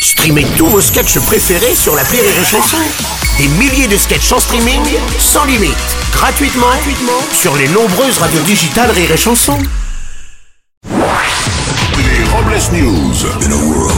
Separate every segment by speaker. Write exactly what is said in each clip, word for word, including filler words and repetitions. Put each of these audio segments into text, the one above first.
Speaker 1: Streamez tous vos sketchs préférés sur l'appli Rire et Chanson. Des milliers de sketchs en streaming, sans limite, gratuitement, gratuitement sur les nombreuses radios digitales Rire et Chanson.
Speaker 2: Les Robles News.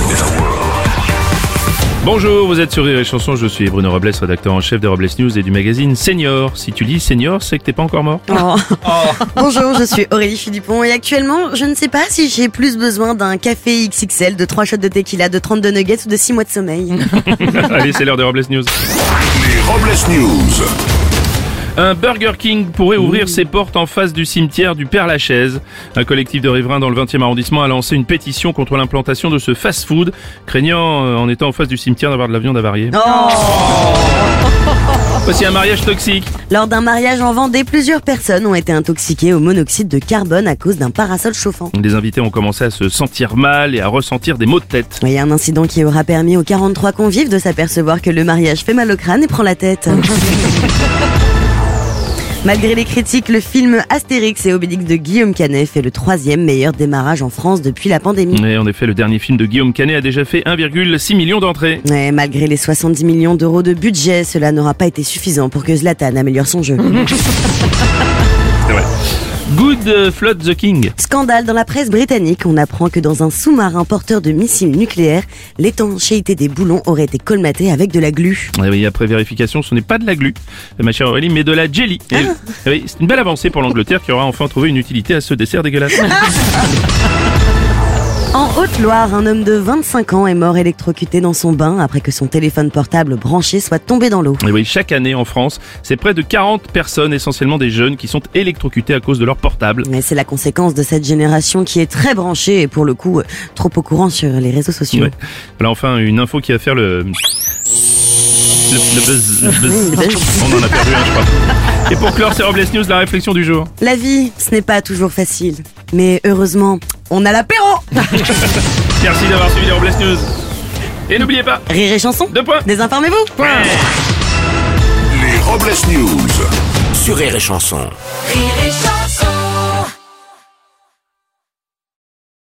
Speaker 3: Bonjour, vous êtes sur Rire et Chanson, je suis Bruno Robles, rédacteur en chef des Robles News et du magazine Senior. Si tu lis Senior, c'est que t'es pas encore mort.
Speaker 4: Oh. Oh. Bonjour, je suis Aurélie Philippon et actuellement, je ne sais pas si j'ai plus besoin d'un café X X L, de trois shots de tequila, de trente-deux nuggets ou de six mois de sommeil.
Speaker 3: Allez, c'est l'heure des Robles News.
Speaker 2: Les Robles News.
Speaker 3: Un Burger King pourrait ouvrir ses portes en face du cimetière du Père-Lachaise. Un collectif de riverains dans le vingtième arrondissement a lancé une pétition contre l'implantation de ce fast-food, craignant, euh, en étant en face du cimetière, d'avoir de la viande avariée.
Speaker 4: Oh.
Speaker 3: Voici un mariage toxique.
Speaker 4: Lors d'un mariage en Vendée, plusieurs personnes ont été intoxiquées au monoxyde de carbone à cause d'un parasol chauffant.
Speaker 3: Les invités ont commencé à se sentir mal et à ressentir des maux de tête.
Speaker 4: Oui, un incident qui aura permis aux quarante-trois convives de s'apercevoir que le mariage fait mal au crâne et prend la tête. Malgré les critiques, le film Astérix et Obélix de Guillaume Canet fait le troisième meilleur démarrage en France depuis la pandémie.
Speaker 3: Et en effet, le dernier film de Guillaume Canet a déjà fait un virgule six million d'entrées.
Speaker 4: Ouais, malgré les soixante-dix millions d'euros de budget, cela n'aura pas été suffisant pour que Zlatan améliore son jeu.
Speaker 3: C'est vrai. Good uh, Flood the King.
Speaker 4: Scandale dans la presse britannique, on apprend que dans un sous-marin porteur de missiles nucléaires, l'étanchéité des boulons aurait été colmatée avec de la glu.
Speaker 3: Et oui, après vérification, ce n'est pas de la glu, ma chère Aurélie, mais de la jelly. Et
Speaker 4: Ah.
Speaker 3: oui, c'est une belle avancée pour l'Angleterre qui aura enfin trouvé une utilité à ce dessert dégueulasse.
Speaker 4: En Haute-Loire, un homme de vingt-cinq ans est mort électrocuté dans son bain après que son téléphone portable branché soit tombé dans l'eau.
Speaker 3: Et oui, chaque année en France, c'est près de quarante personnes, essentiellement des jeunes, qui sont électrocutées à cause de leur portable.
Speaker 4: Mais c'est la conséquence de cette génération qui est très branchée et pour le coup trop au courant sur les réseaux sociaux.
Speaker 3: Ouais. Voilà enfin une info qui va faire le... Le, le buzz, le buzz. On en a perdu un, je crois. Et pour clore ces Robles News, la réflexion du jour.
Speaker 4: La vie, ce n'est pas toujours facile. Mais heureusement, on a l'apéro.
Speaker 3: Merci d'avoir suivi les Robles News. Et n'oubliez pas,
Speaker 4: Rire et Chanson.
Speaker 3: deux points.
Speaker 4: Désinformez-vous.
Speaker 3: Point.
Speaker 2: Les Robles News.
Speaker 1: Sur Rire et Chanson.
Speaker 5: Rire et Chanson.